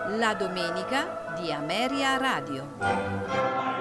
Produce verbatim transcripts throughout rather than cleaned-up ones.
La domenica di Ameria Radio.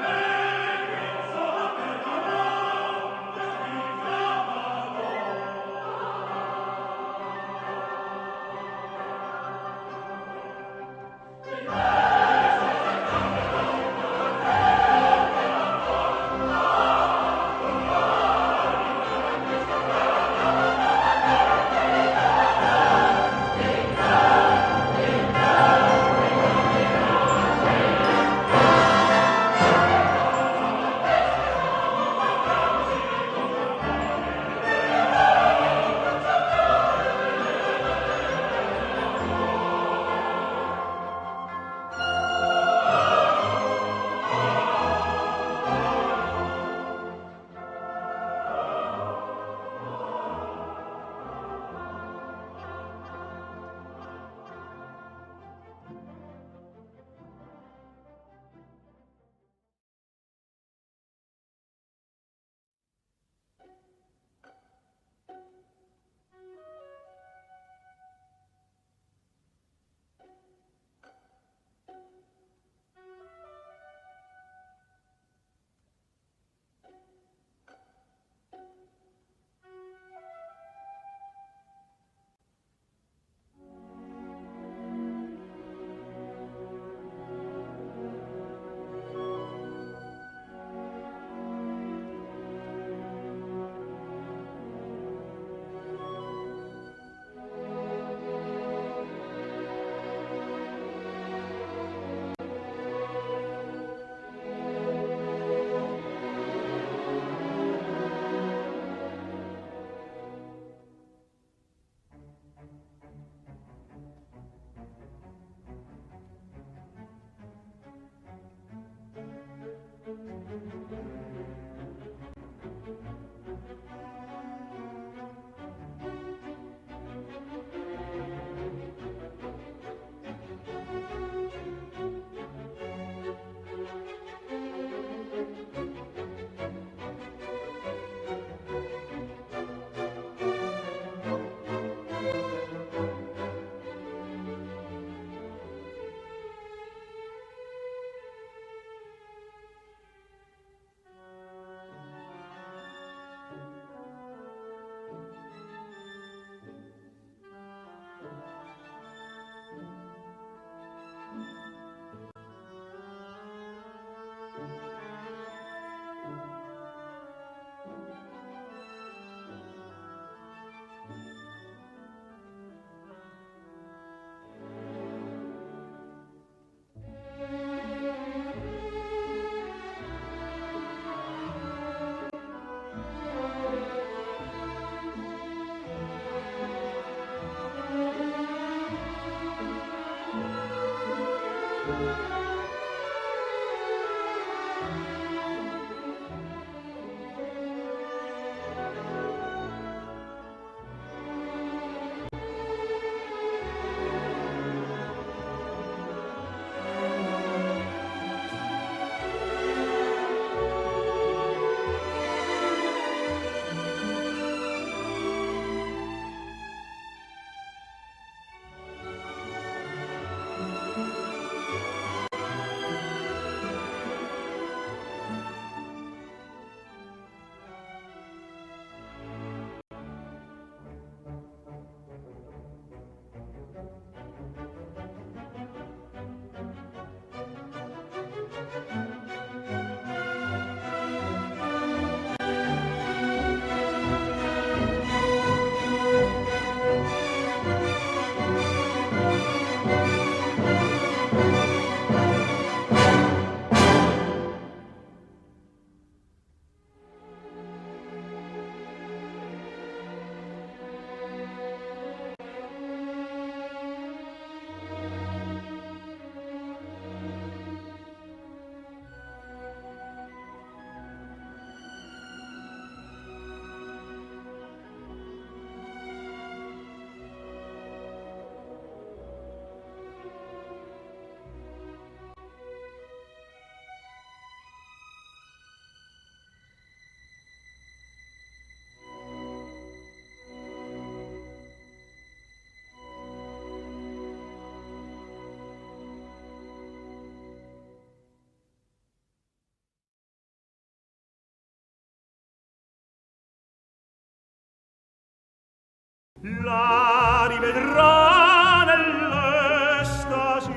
La rivedrà nell'estasi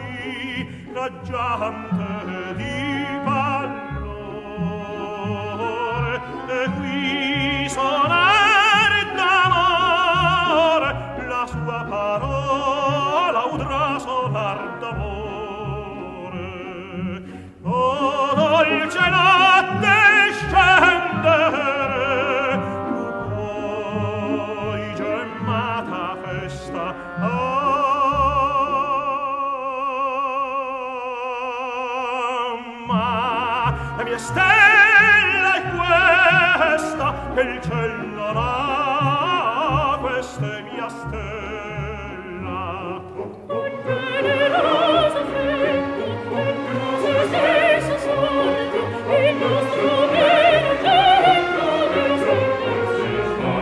raggiante di pallore, e qui sonar d'amore la sua parola udrà sonar d'amore. O dolce notte scendere, tu puoi gemmata festa, ah, ma la mia stella è questa, che il ciel non ha, questa è mia stella. Un generoso freddo, un roso stesso soldo, il nostro bene tempo del sole si sta.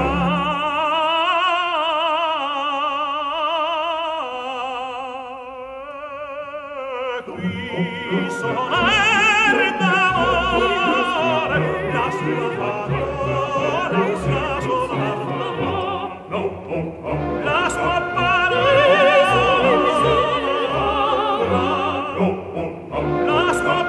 Ah, qui sonar d'amore, la sua parola usrà sonar d'amore. La sua parola, la sua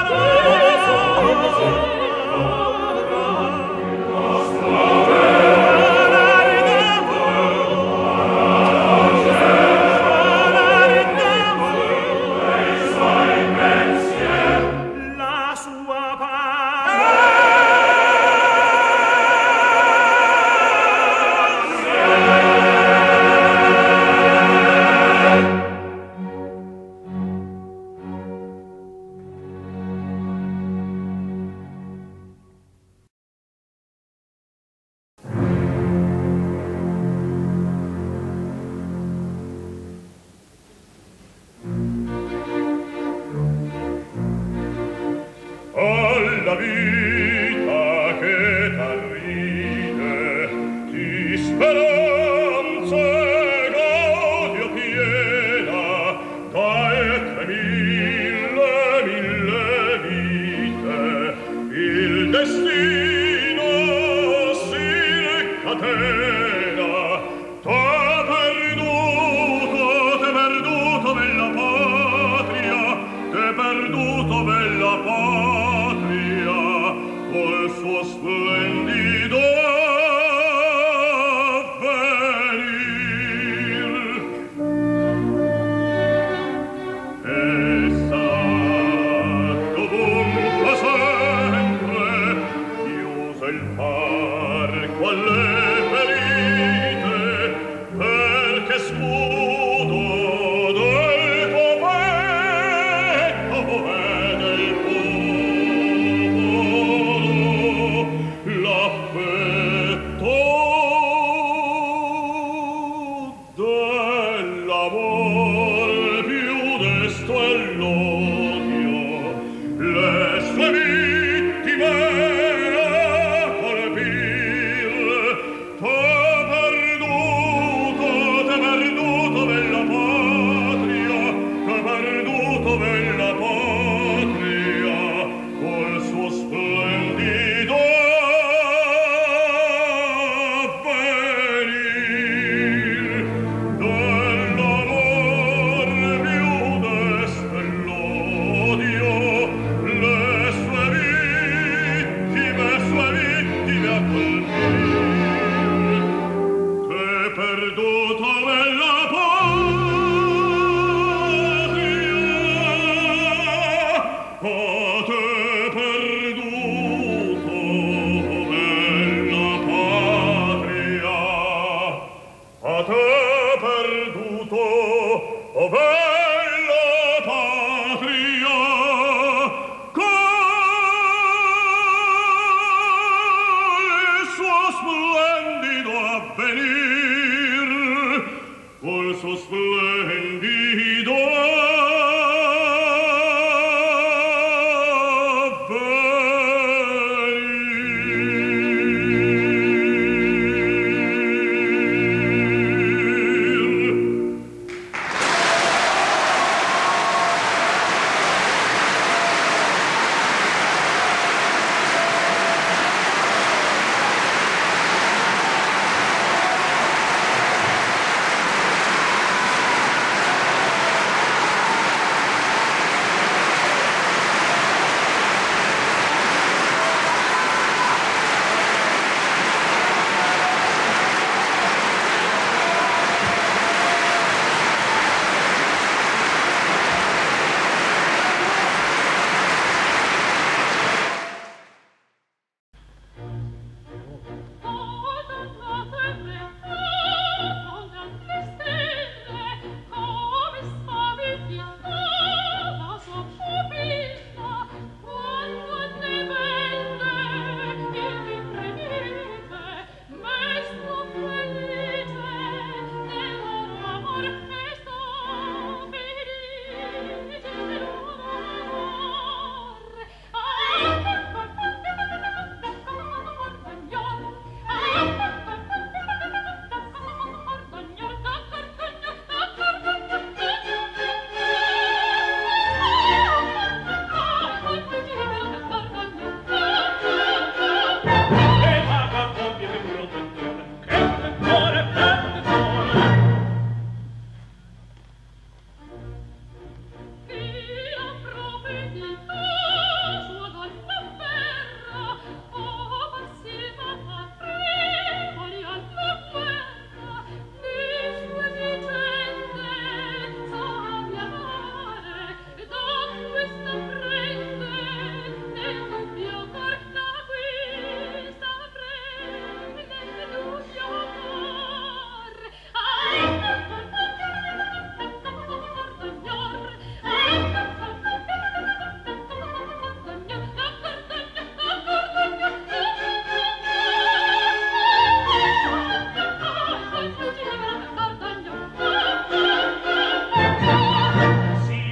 alla vita che t'arride di speranza e d'odio piena, dai tre mille, mille vite il destino si catena. T'ha perduto, t'è perduto bella patria, t'è perduto bella patria, col suo splendido avvenir. E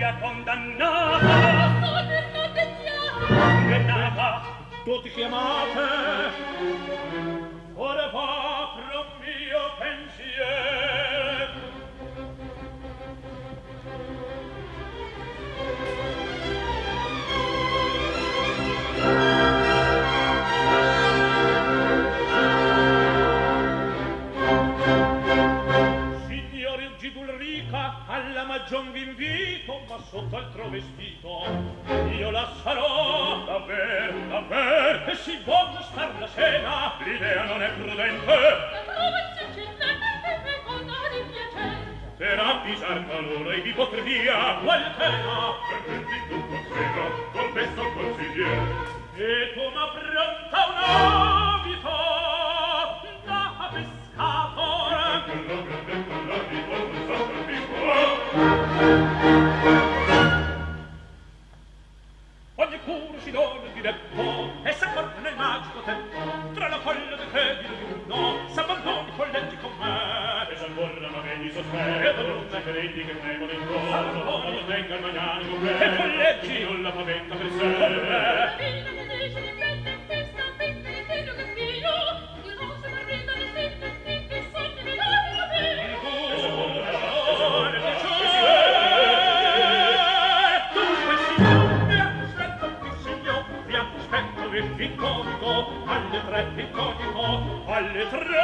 bella condannata, condannata, tutti chiamate, ora va pro mio pensier. Signore Gidulrica, alla magion v'invito, ma sotto altro vestito io la sarò davver, davver, e si voglio star la cena, l'idea non è prudente, per avvisar talora e vi poter via qualchena, per di tutto frego, confesso al consigliere, e tu m'ha pronta un abito da pescatore. Quello grande con l'abito non so ogni curo si dona diretto e s'accorge nel magico tempo tra la folla del credito di uno s'abbandoni colleggi con me e s'angorra ma vedi sospetto e d'alunna credi che tremano in coro s'abbandoni non venga il magnanimo me e colleggi non la paventa per sé inconico, alle tre, inconico, alle tre!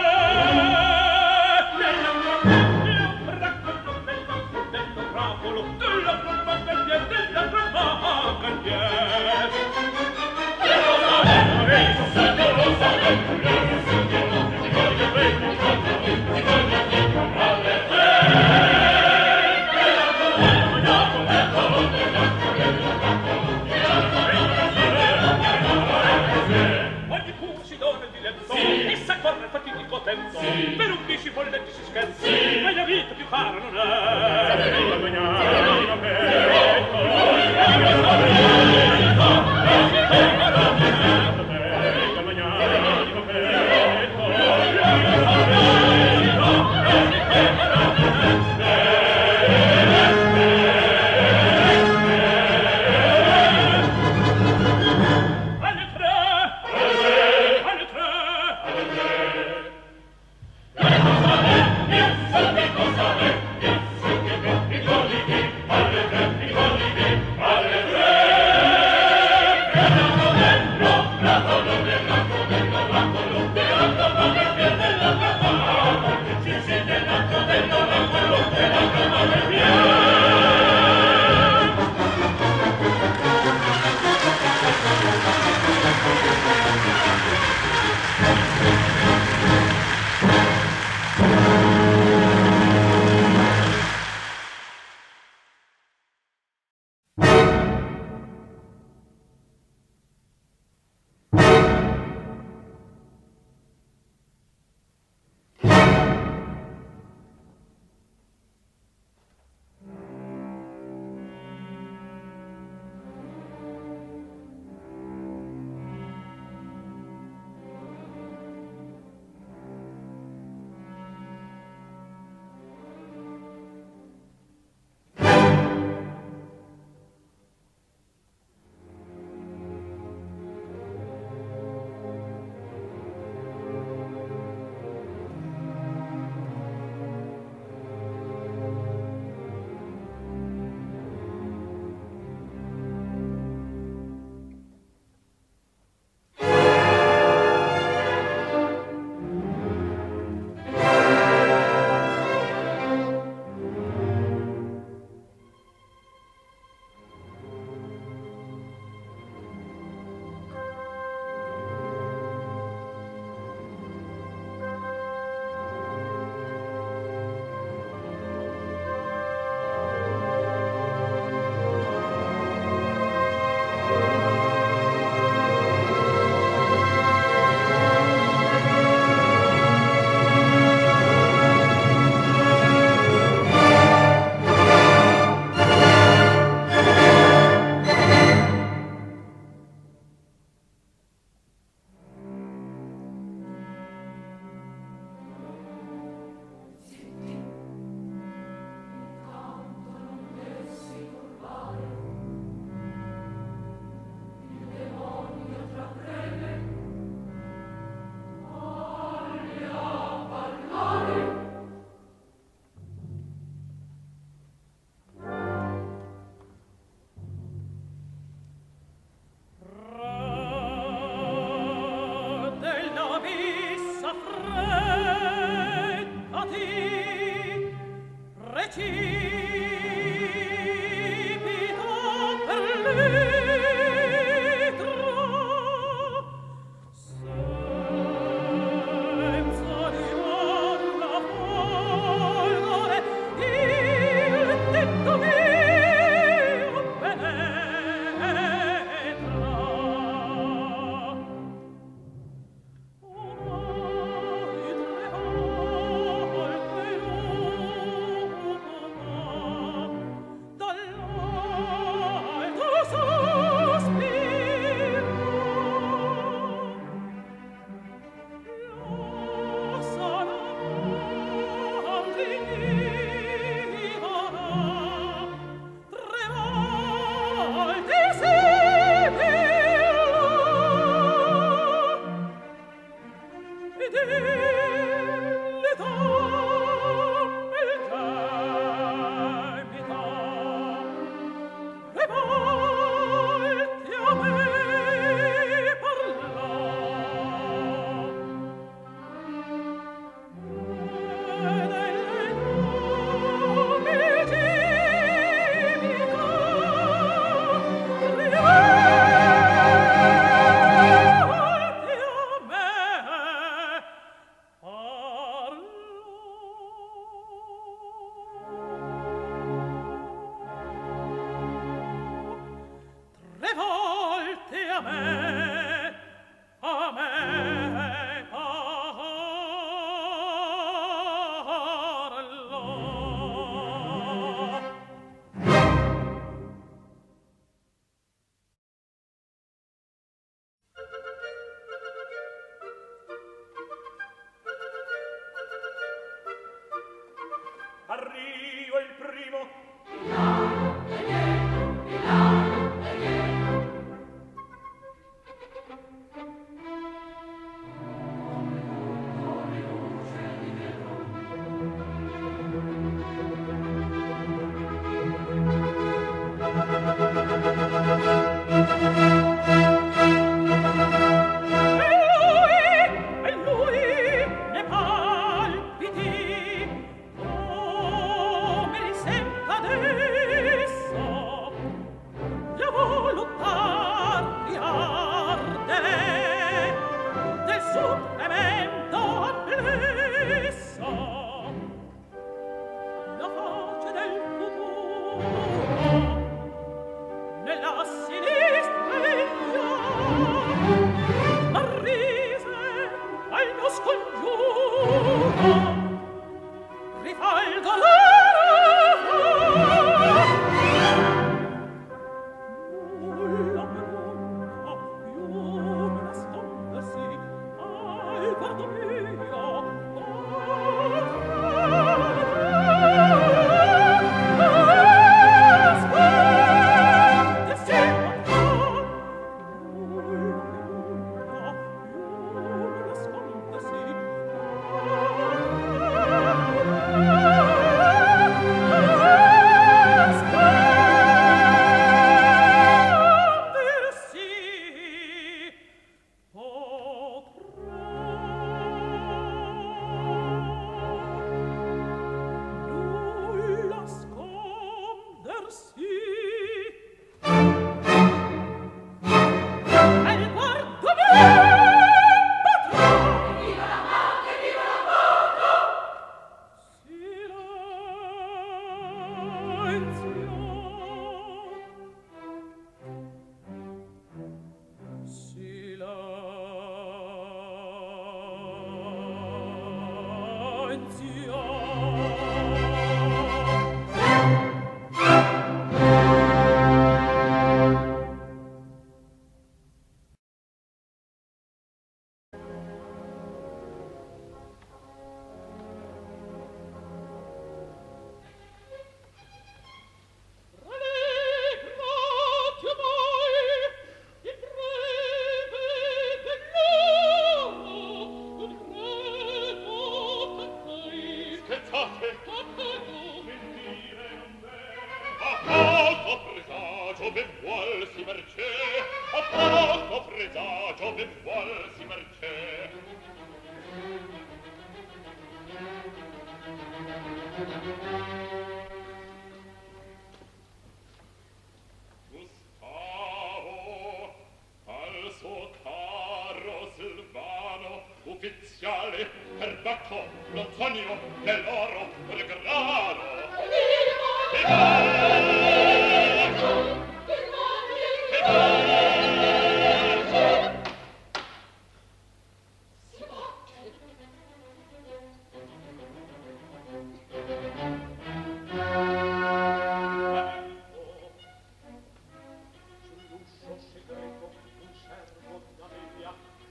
Nella cappella, raccollo della dello trapolo, della propaganda, della propaganda! Sì. Per un bisci folletti si scherza, sì. Ma la vita più cara non è. Sì. Arrivo il primo. Gustav braccio, lo zonico dell'oro regrano. Il sull'uscio segreto un servo d'Amelia.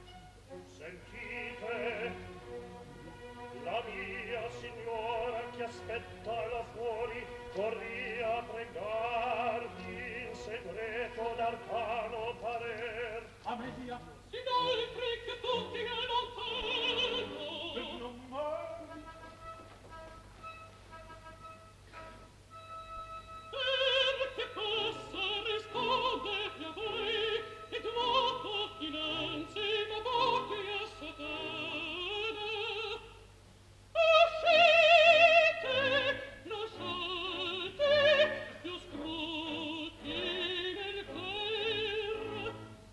Sentite, la mia signora che aspetta là fuori corri a pregarti in segreto d'arcano parer. Amelia, Inoltre che tutti ne non non mai perché possa rispondere a voi e dopo innanzi ma pochi a Satana. Uscite, lasciate più scruti nel cuore.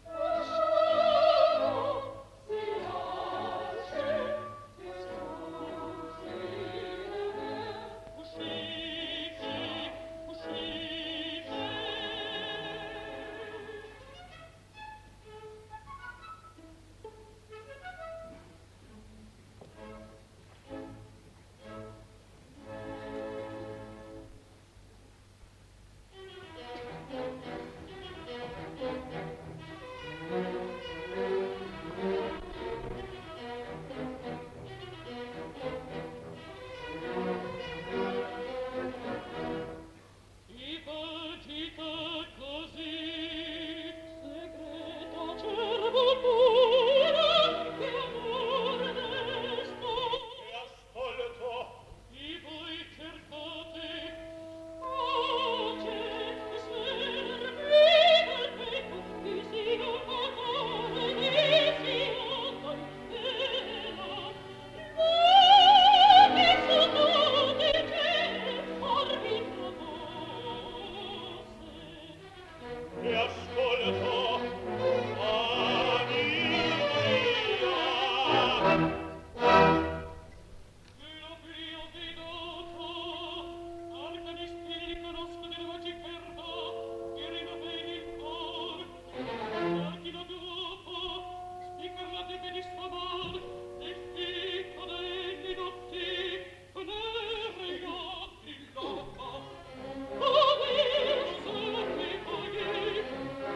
Usciamo, si lasci, più scruti nel cuore. Uscite, uscite. Si vagita così, segreto cervo puro, che amore desto. E ascolto, I voi cercate, pace, servite al peco, che sia amore di fiata intera. Luoghi sono di te, formi proposte. e ascolto, anima mia. L'oblio veduto, arcani stili conosco del magiferno, che rinnoveni il cor. Archino dopo, spicarlate che di suo amor, e fico degli notti, con erre gli occhi loco. Oh, io so che poi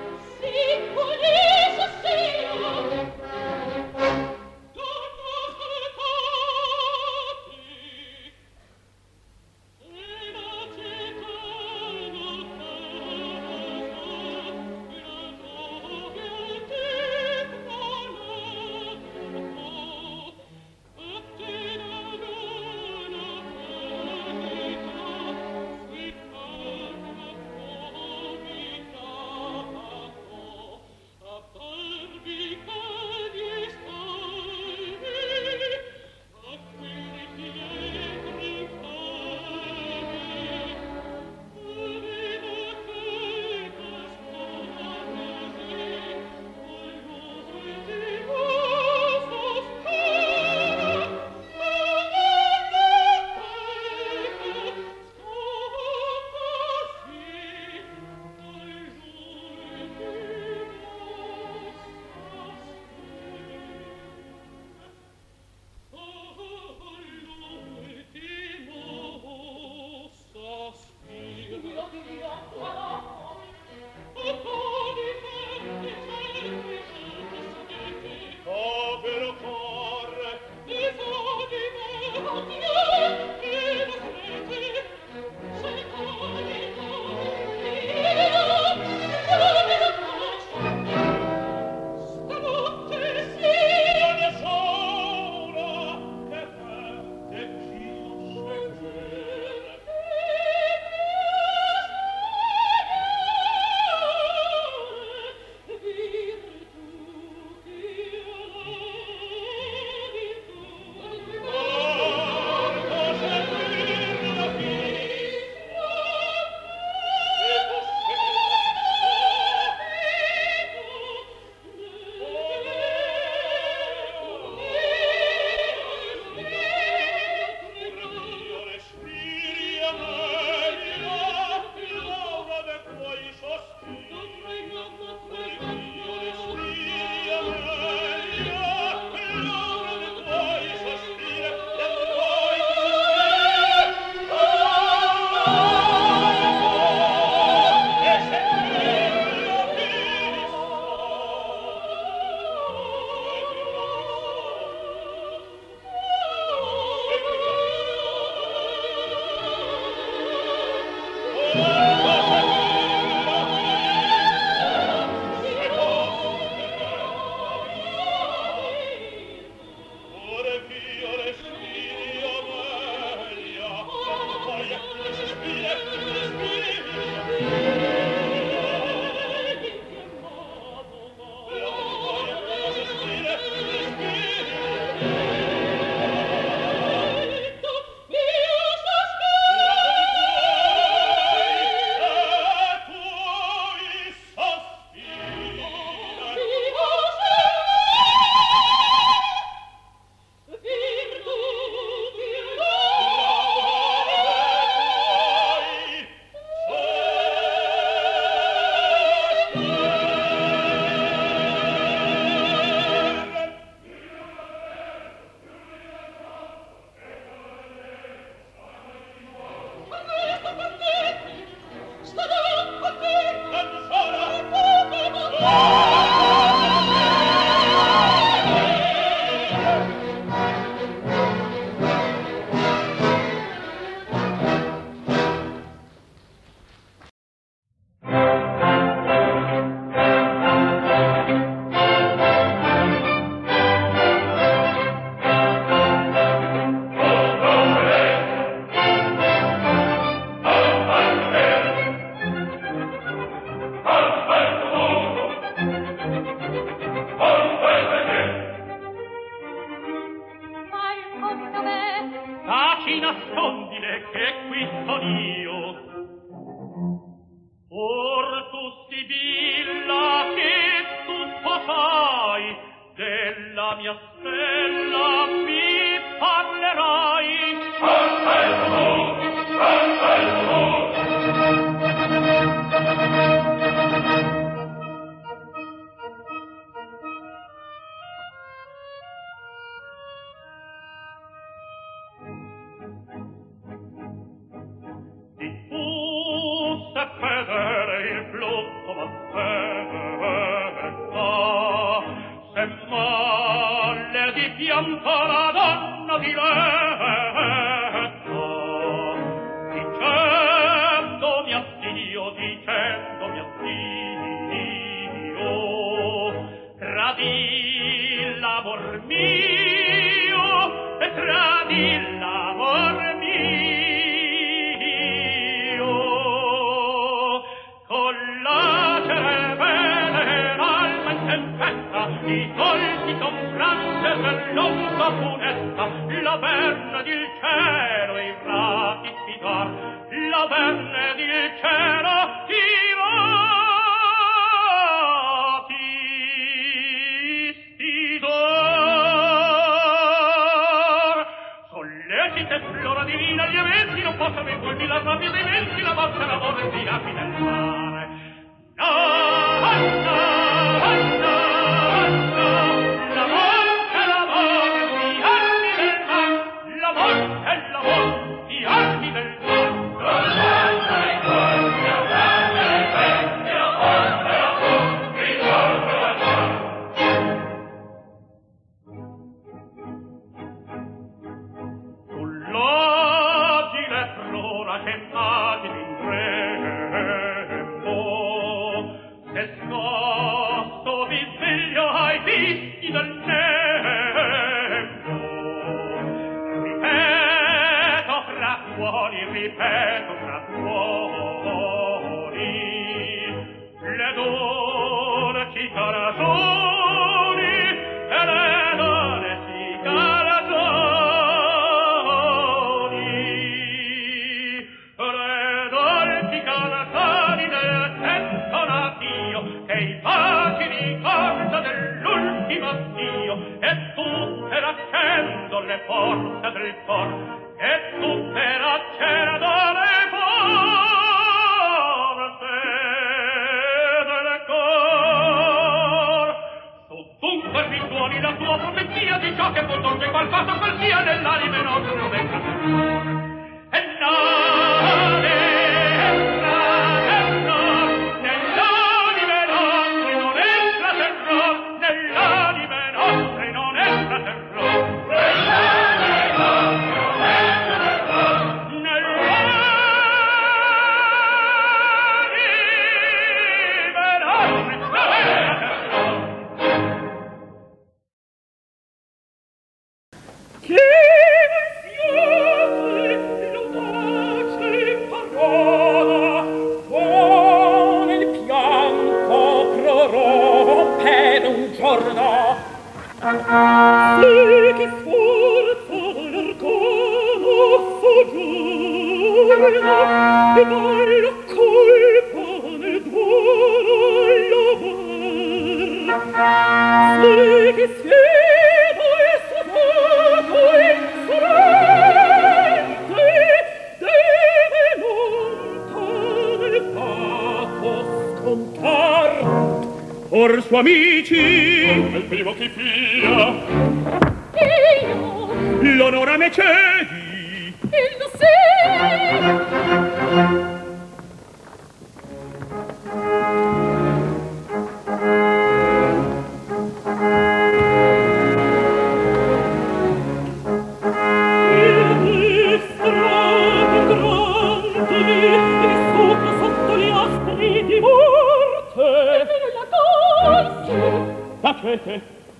tacete.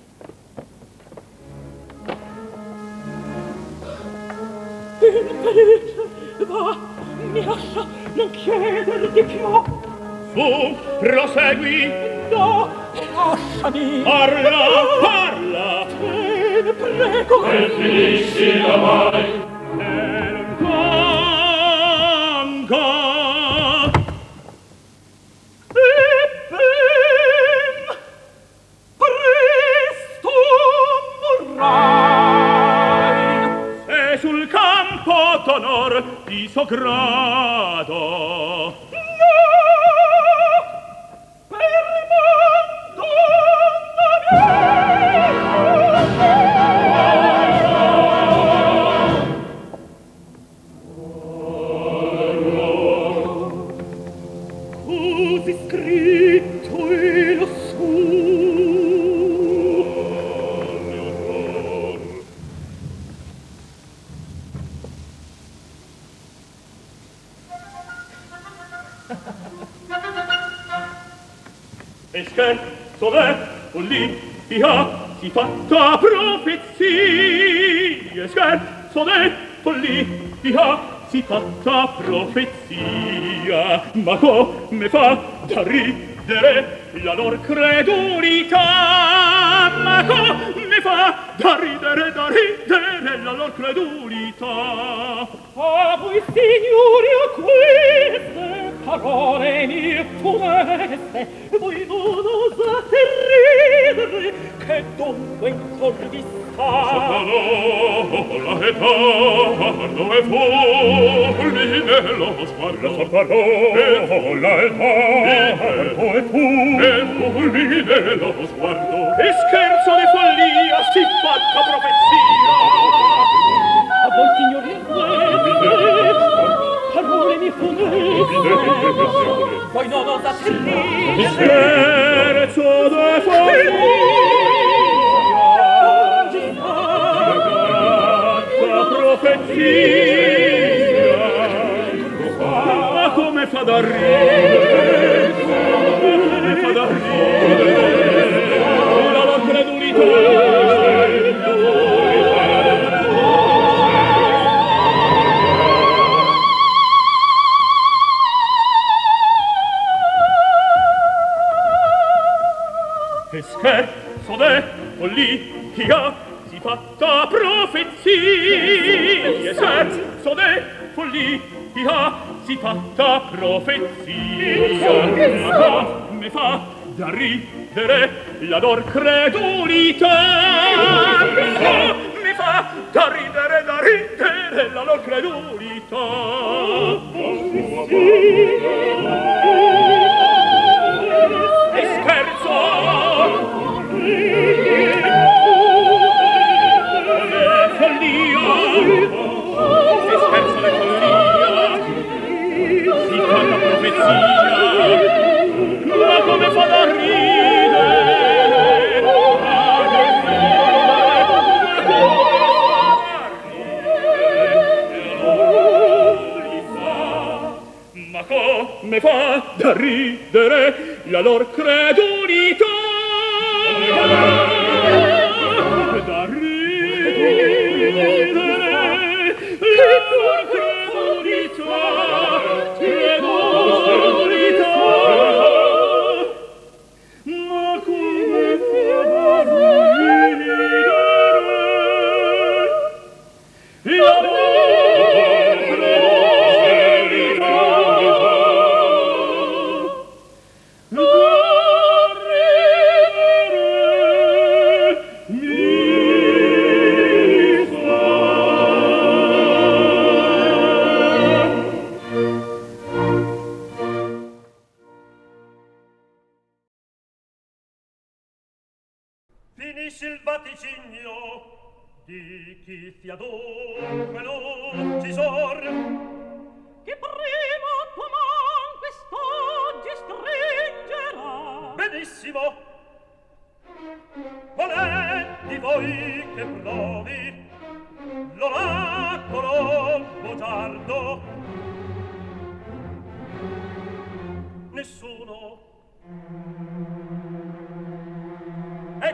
Invece, va, mi lascia, non chieder di più. Su, prosegui. No, lasciami. Parla, parla. Te ne prego. E finisci la mai. E non ganga. E ben presto morrai. E sul campo d'onor di so grado. E scherzo è follia si fatta profezia. E scherzo è follia si fatta profezia. Ma come fa da ridere la lor credulità? Ma come fa da ridere, da ridere la lor credulità? A voi signori a queste parole mi funeste, voi non osate ridere, che dunque in cor vi sta. Sono la età, non è folli nello sguardo. Sono la età, non è folli nello sguardo. E scherzo di follia si fatta profezia. A voi signori a queste parole mi funeste, voi non osate ridere, Scherzo di follia profezia. Ma come fa da ridere, come fa da ridere la lor credulità? E scherzo de follia si fatta profezia. E scherzo de follia si fatta profezia. Ma come fa da ridere la lor credulità? Come fa da ridere, da ridere la lor credulità? E scherzo follia, se scherzo di follia si fa la profezia. Ma come fa da ridere, ma come fa da ridere la lor credulità? Da ridere la lor credulità, credulità. Ma come fa da ridere la lor credulità? Finisci il vaticinio di chi ti adunque l'uccisor, che prima tua man quest'oggi stringerà. benissimo. Qual è di voi che provi l'oracolo bugiardo? Nessuno.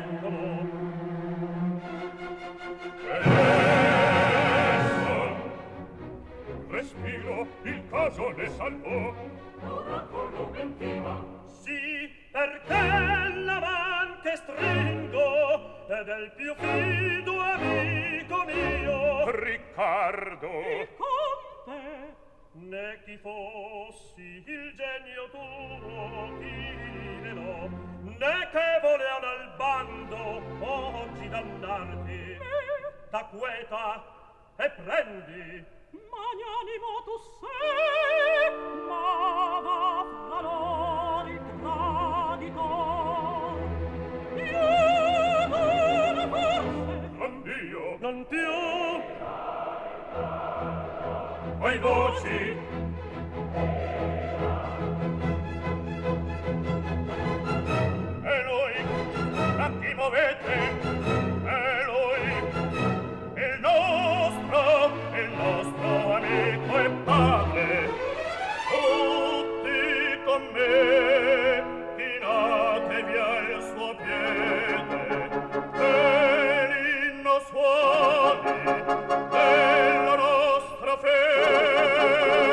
Sì, perché l'amante stringo ed è il più fido amico mio. Riccardo. Il conte. Né chi fossi il genio tuo, chi ne no, né che volea nel bando oggi dannarti. Da quieta e prendi. Magnanimo tu sei, ma va fra loro il traditor. Io non forse. Non Dio. Non più. Voi voci. E lui, a chi movete? E lui, il nostro, il nostro amico e padre. Tutti con me, chinatevi al suo piede, e l'inno suoni della nostra fede.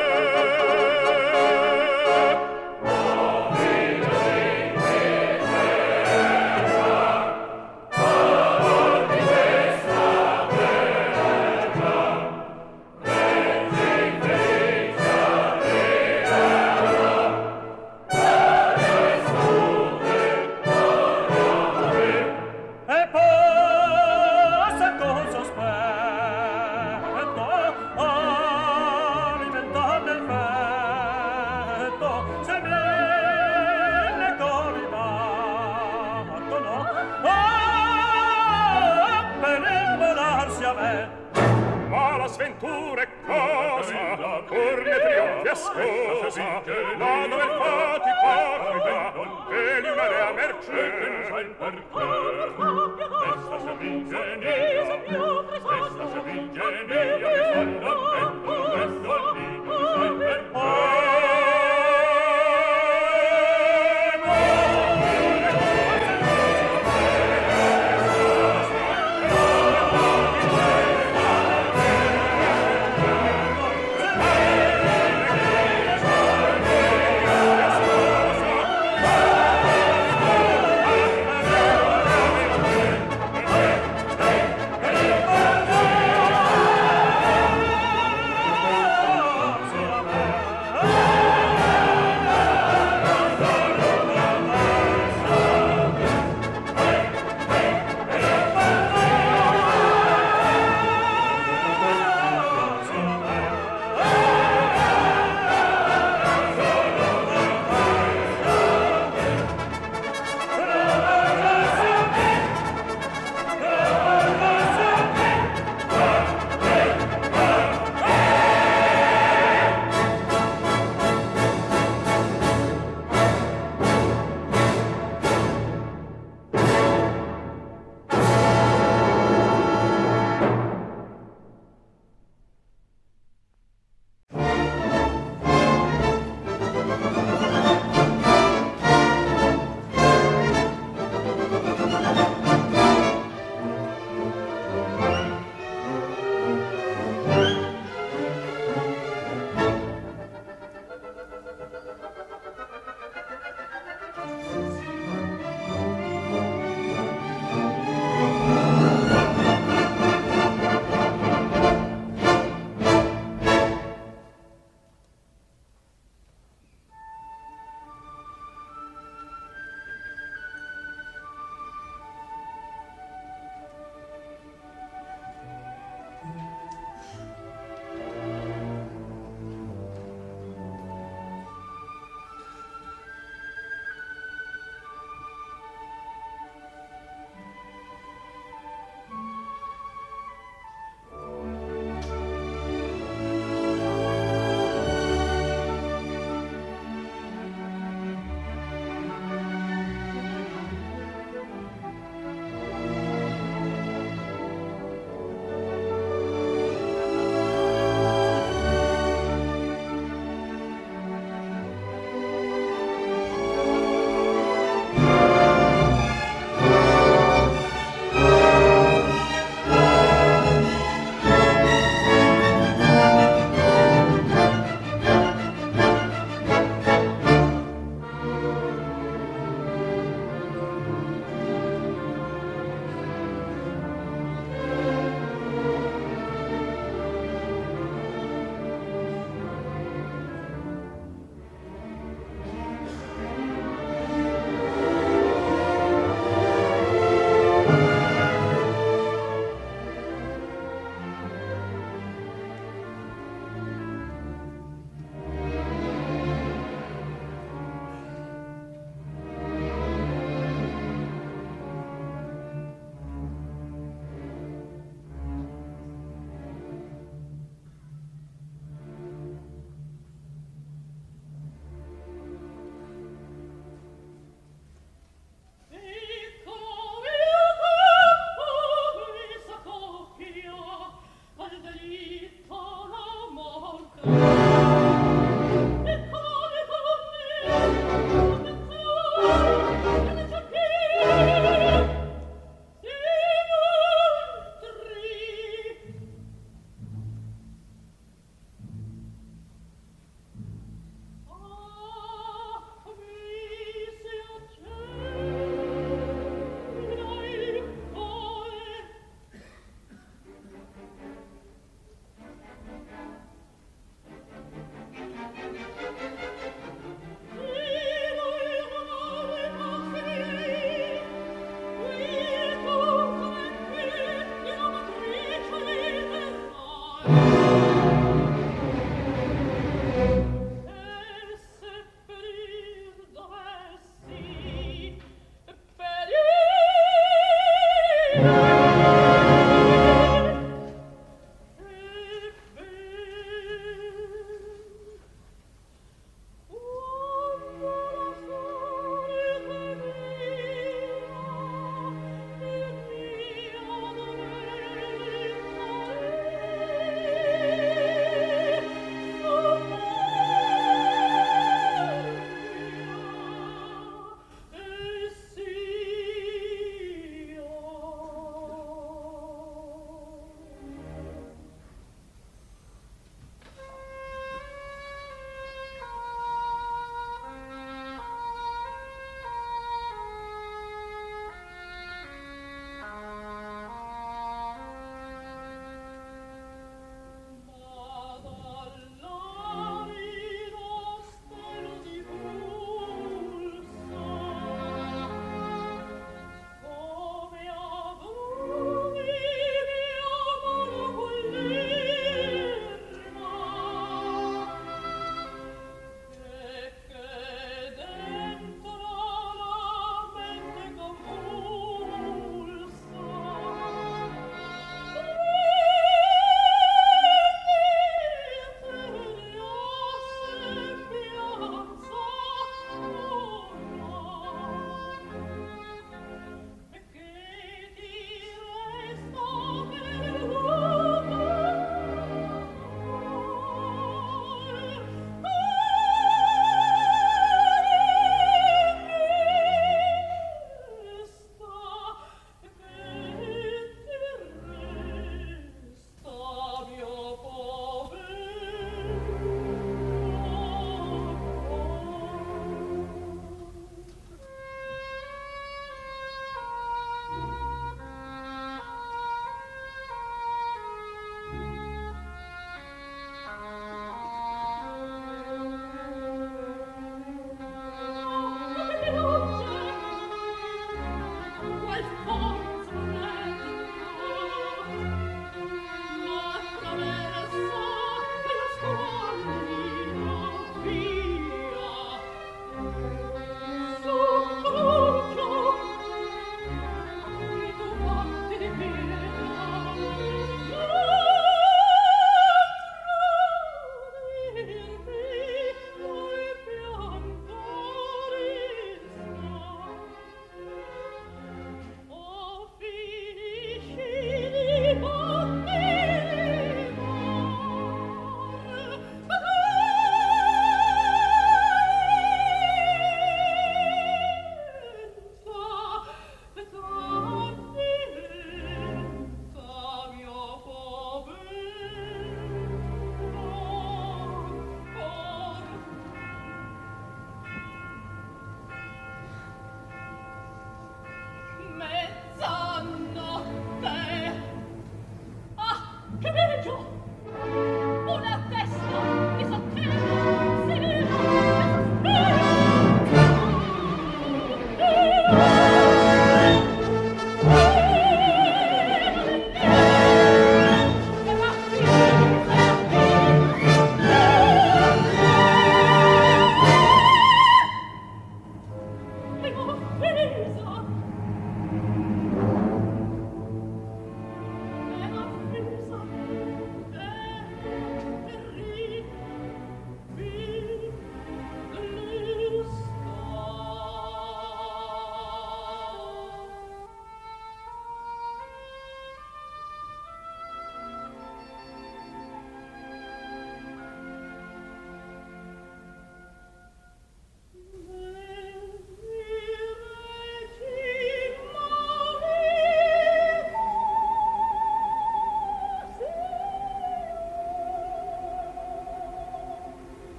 Ma la sventura è cosa, pur ne trionfi a scusa, ma dove il fati porta, e li marea mercè. Questa se m'ingegnia, questa se m'ingegnia, mi fanno petto, questo al nido, mi sai perché.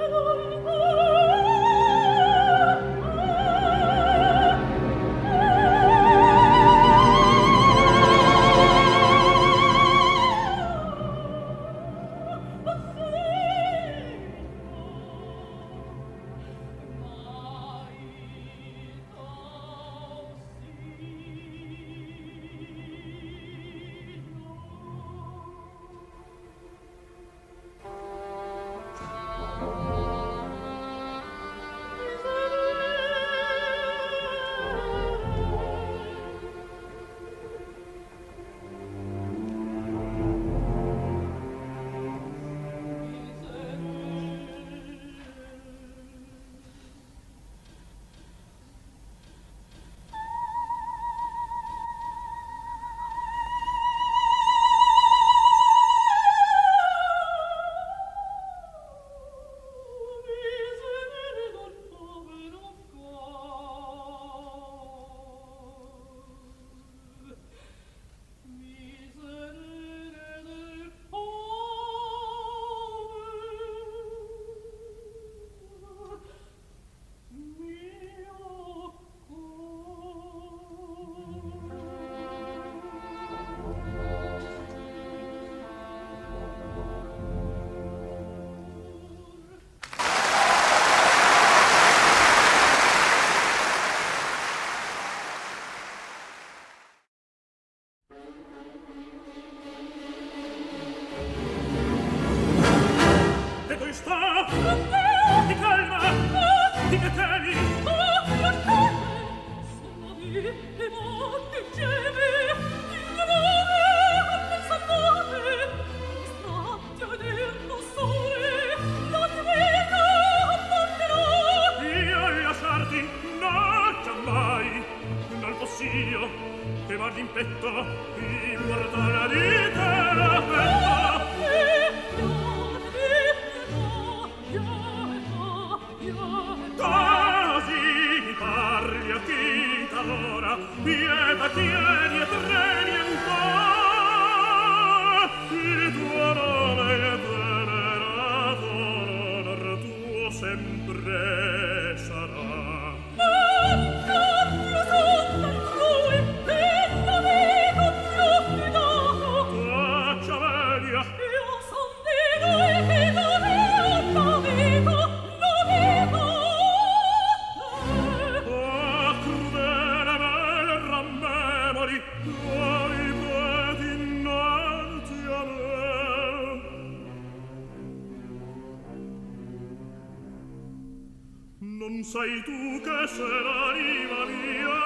Non sai tu che se l'anima mia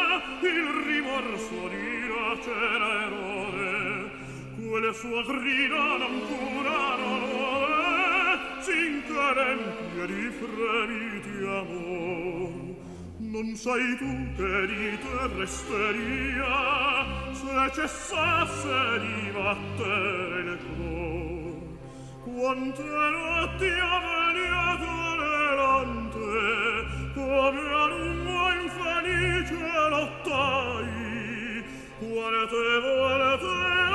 il rimorso di nascere erode, quelle sue grida non curano nuove, s'incarempie di fremiti amor. Non sai tu che di te resteria se cessasse di battere il cor. Quante notti avvenia tolerante, come a lungo infelice lottai, quante volte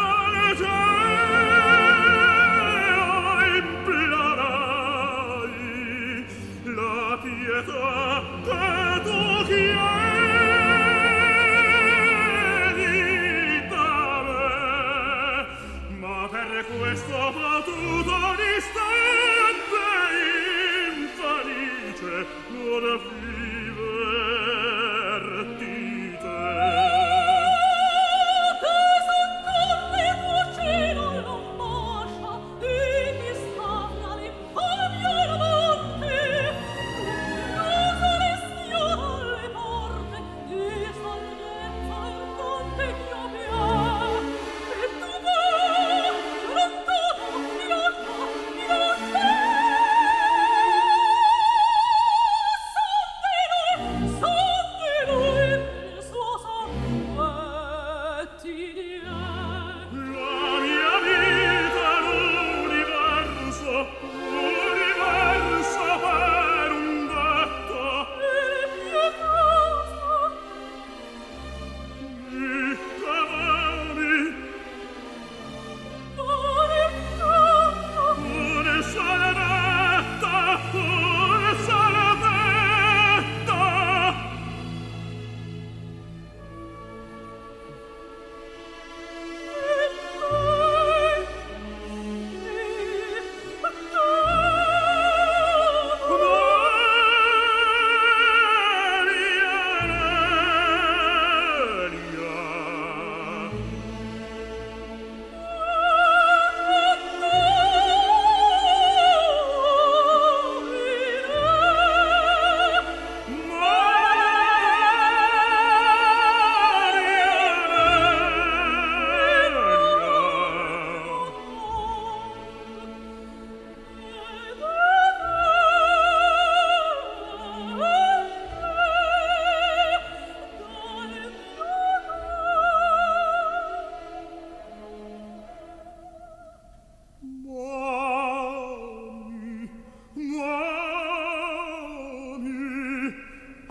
allegeo implorai la pietà che tu chiedi da me, ma per questo potuto distante infelice non viverti te. Sono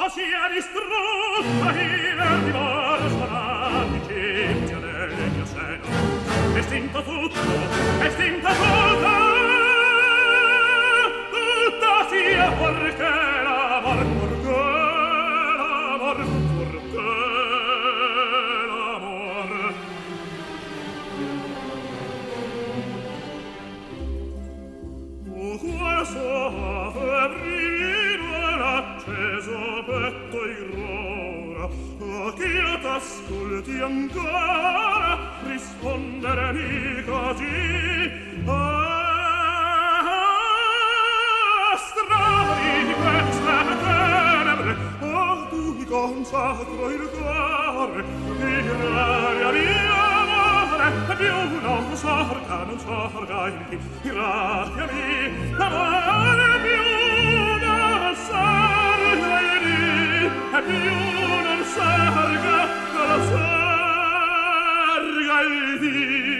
sia distrutta il dimor sarà di cipcia nel mio seno. Estinto tutto, estinto tutto, tutta sia perché l'amor, perché l'amor, perché l'amor. O qual soave brillo l'acceso petto irrora, a chi io t'ascolti ancora rispondermi così. Ah, strani di queste tenebre, oh, tu mi consacro il cuore, iraria mia amore, più non sorga, non sorga il iraria mia amore, più non sorga il e più non sorga, non sorga il di.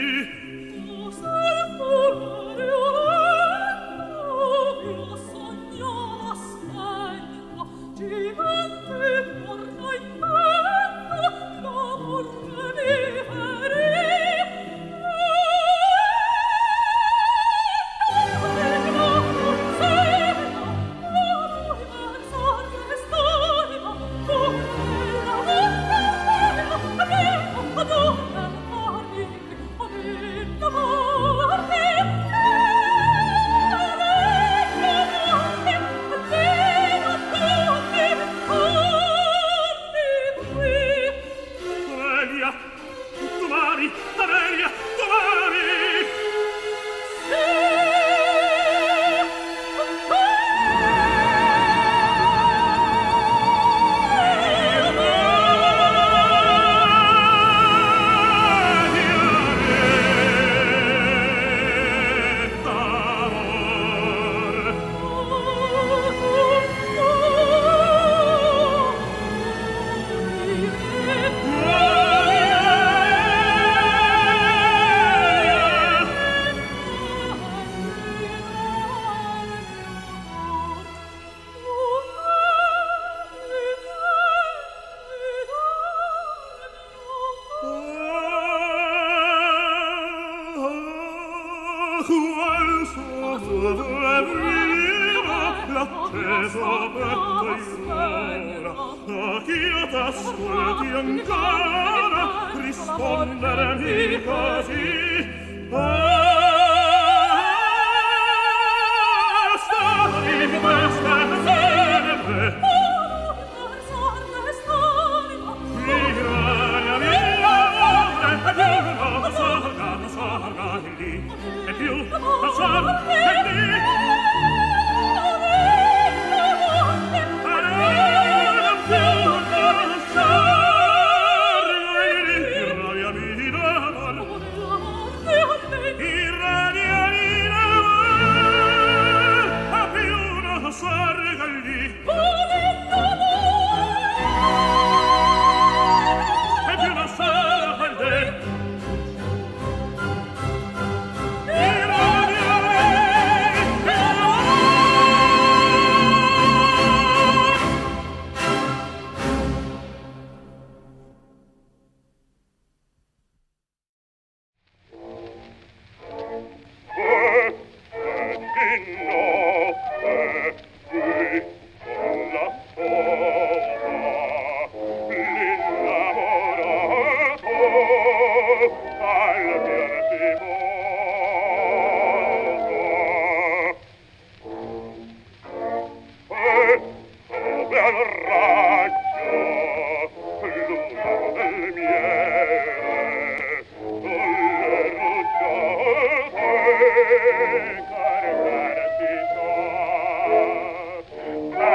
Carcarci so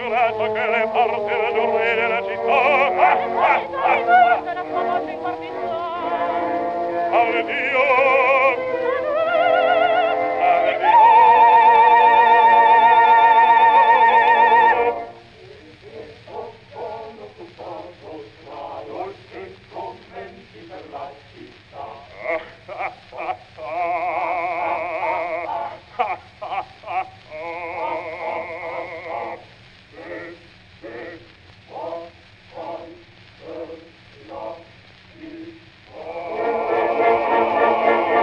giurato che le porte del re della città. Alle Dio! Alle Dio! Oh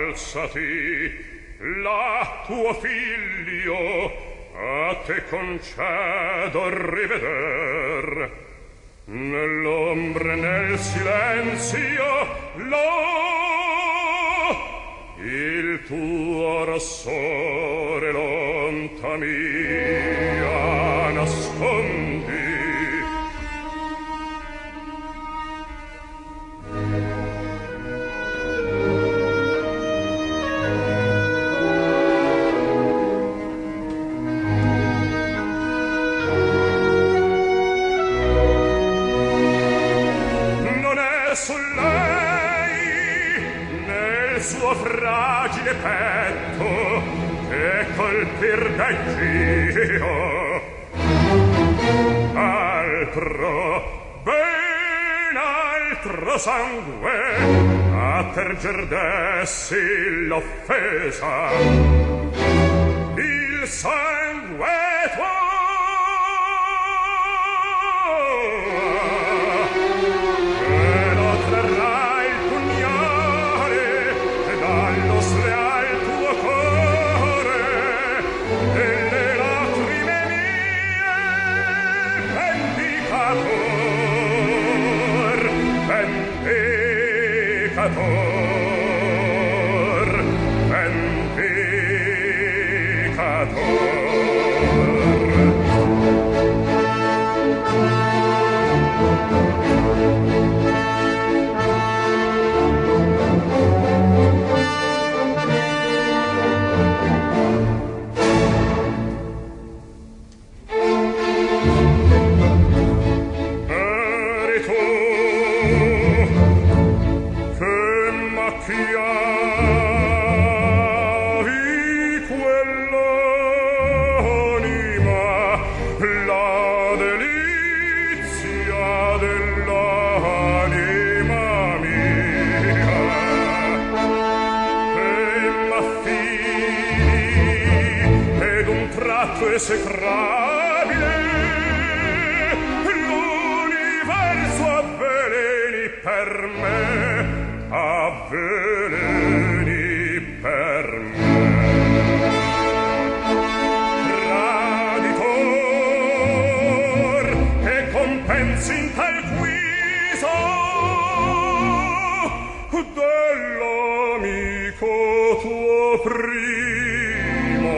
alzati, là tuo figlio a te concedo riveder. Nell'ombre, nel silenzio, là il tuo rossore lonta mia nascondi. Fragile petto che colpir d'agio altro, ben altro sangue a terger dessi l'offesa, il sangue tuo e lo trarrà il pugnale dallo sleal tuo cuore e le lacrime mie vendicator, vendicator, vendicator. Esecrabile l'universo avveleni per me, avveleni per me. Traditor che compensi in tal guisa dell'amico tuo primo,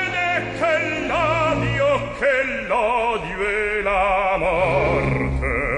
che l'odio e la morte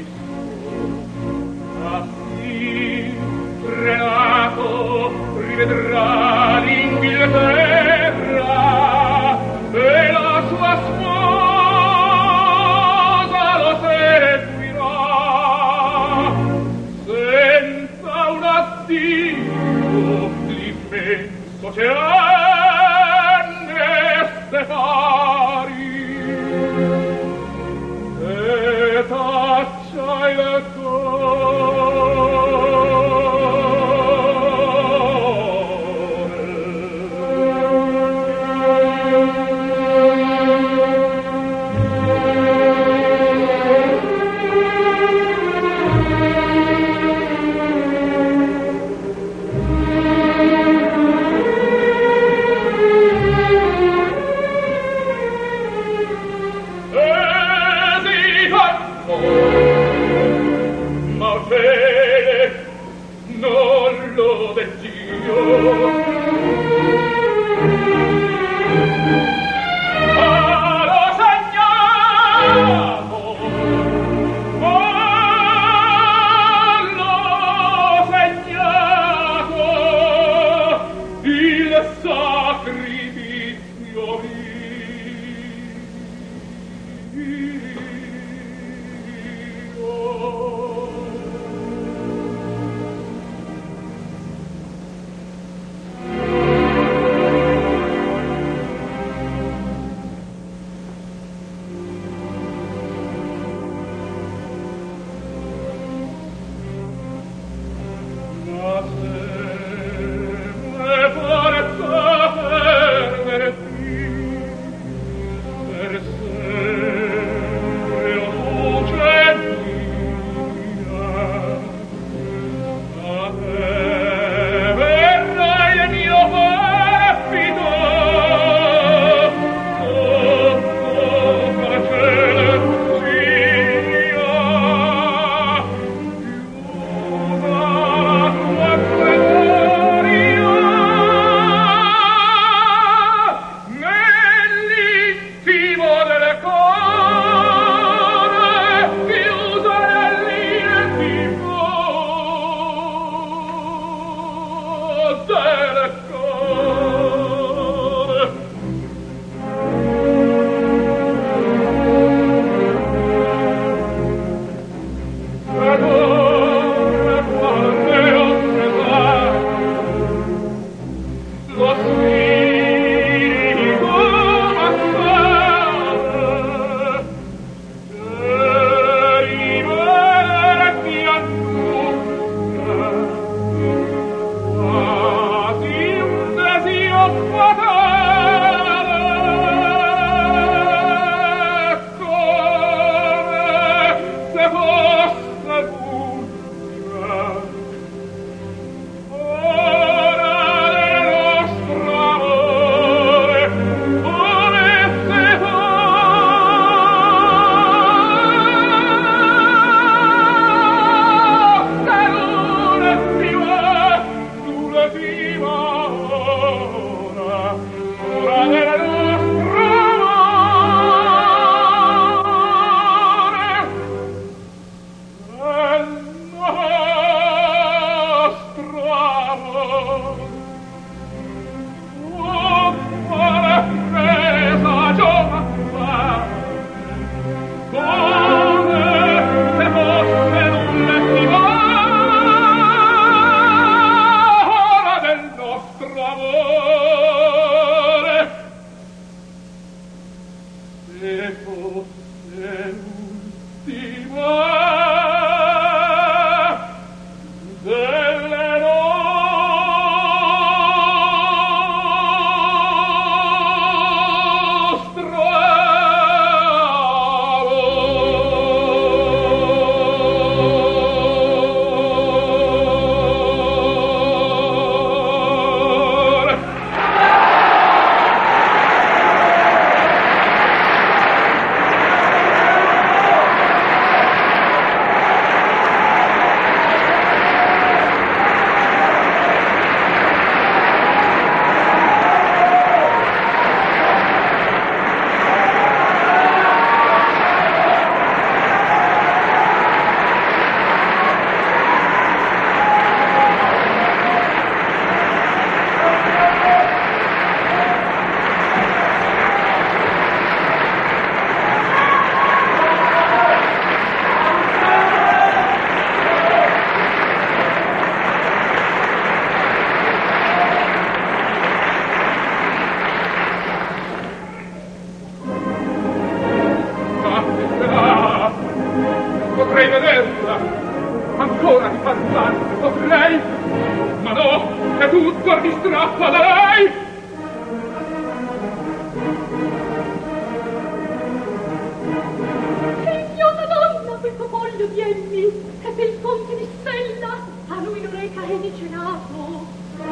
Affin, Renato rivedrà l'Inghilterra e la sua sposa lo seguirà senza un addio l'immenso oceano separi e taccia il potrei vederla, ancora di parlar potrei, ma no, è tutto distratto da lei. Signora donna, questo foglio di Emmi è del conte di Stella, a lui non reca è vicenato.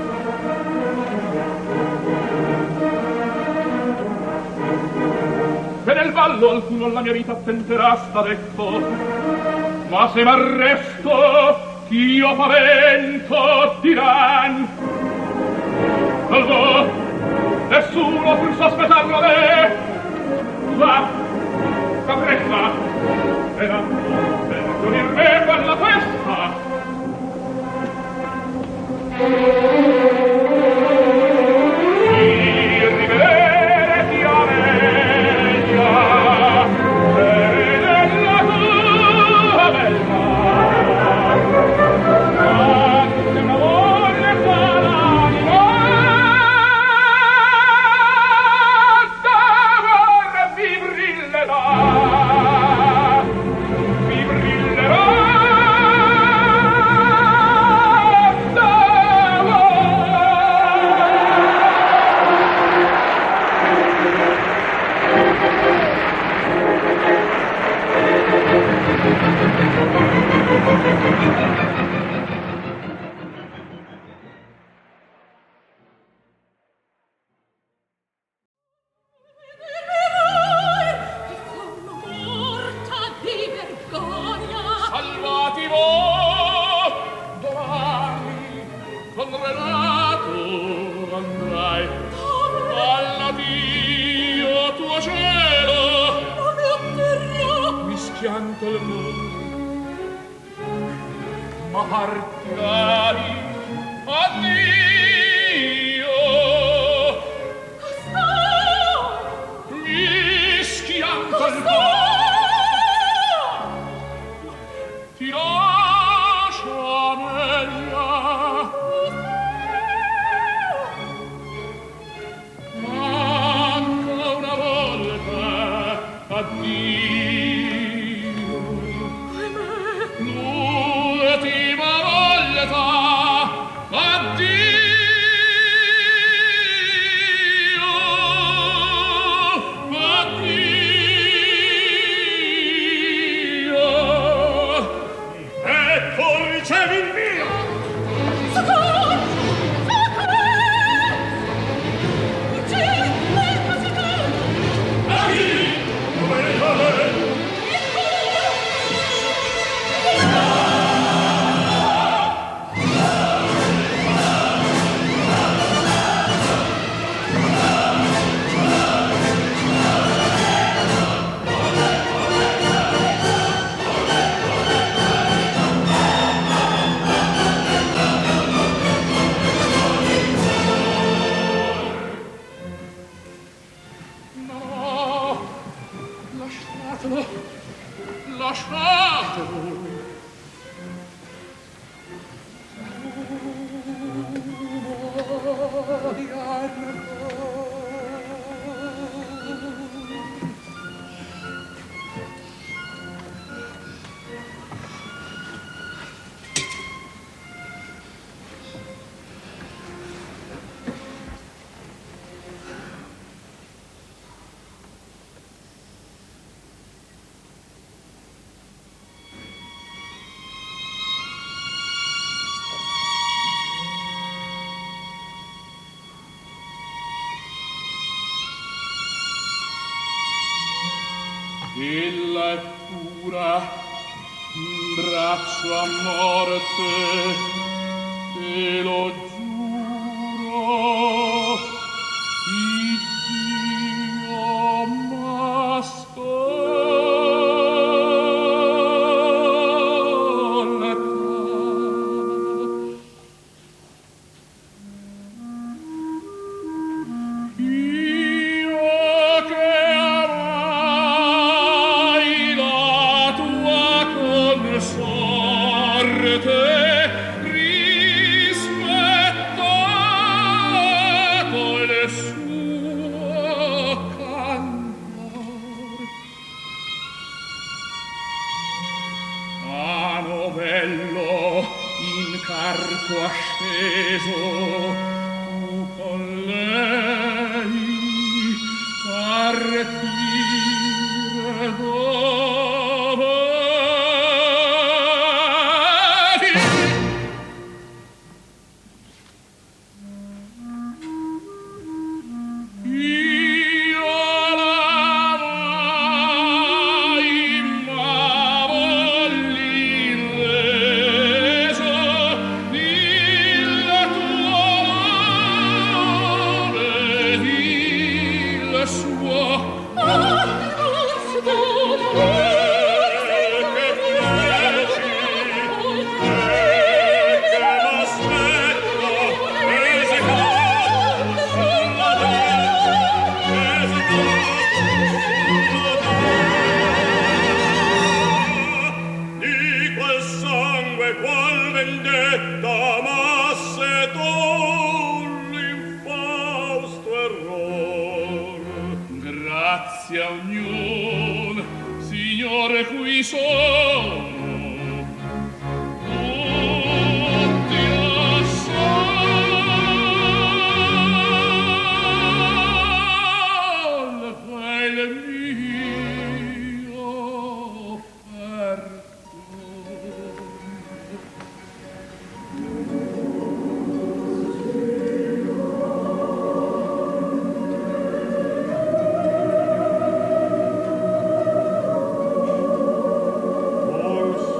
E nel vallo alcuno alla mia vita tenterà sta detto, ma se m'arresto ch'io pavento diran. Salvo, nessuno pur sospettarlo me, va, capretta, e la per unir me per la festa. Di rivedere ti Amelia, e della tua bella, quante una voglia fa l'anima, d'amore vi brillerà, vi brillerà. Ma partirai, addio. Costò mischiando il vol, ti lascio Amelia. Manca una volta, addio. Ella è pura, in braccio a morte, te lo giuro, Iddio m'ascolta. bello in carco asceso, tu con lei partire dovevi. Io l'amai, ma volli reso il tuo amore, il suo. Ah, non si può. Grazie a ognuno, Signore, qui sono. Tutti lo sol, fai il mio offerto. Or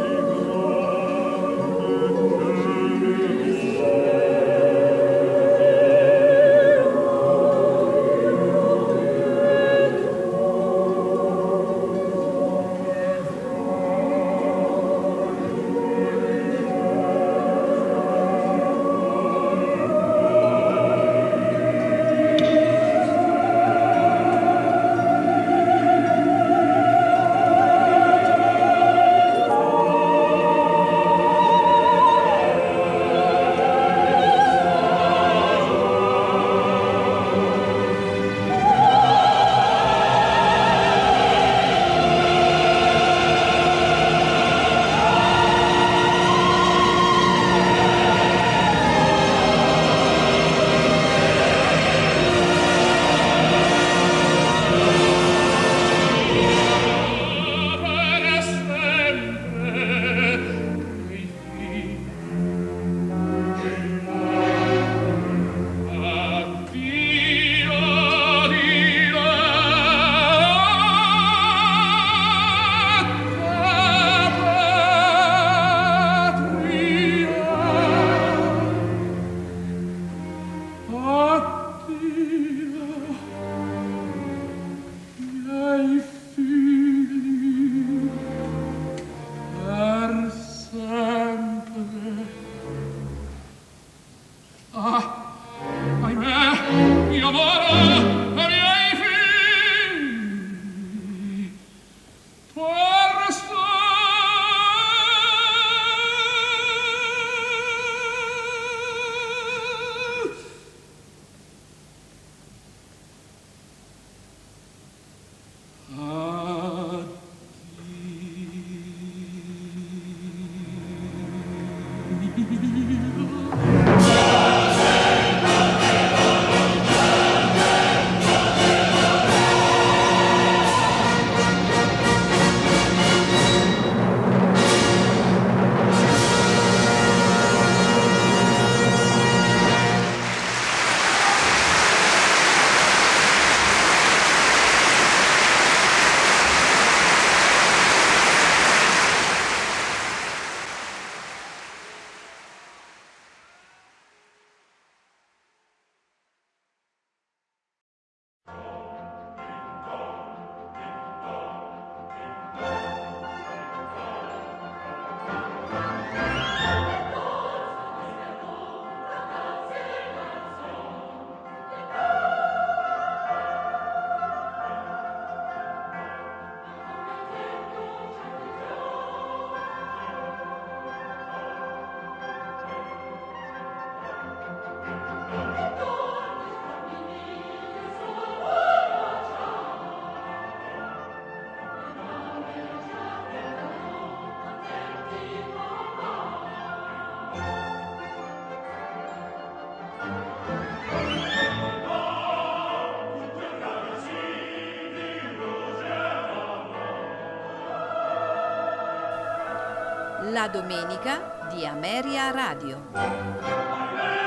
La domenica di Ameria Radio.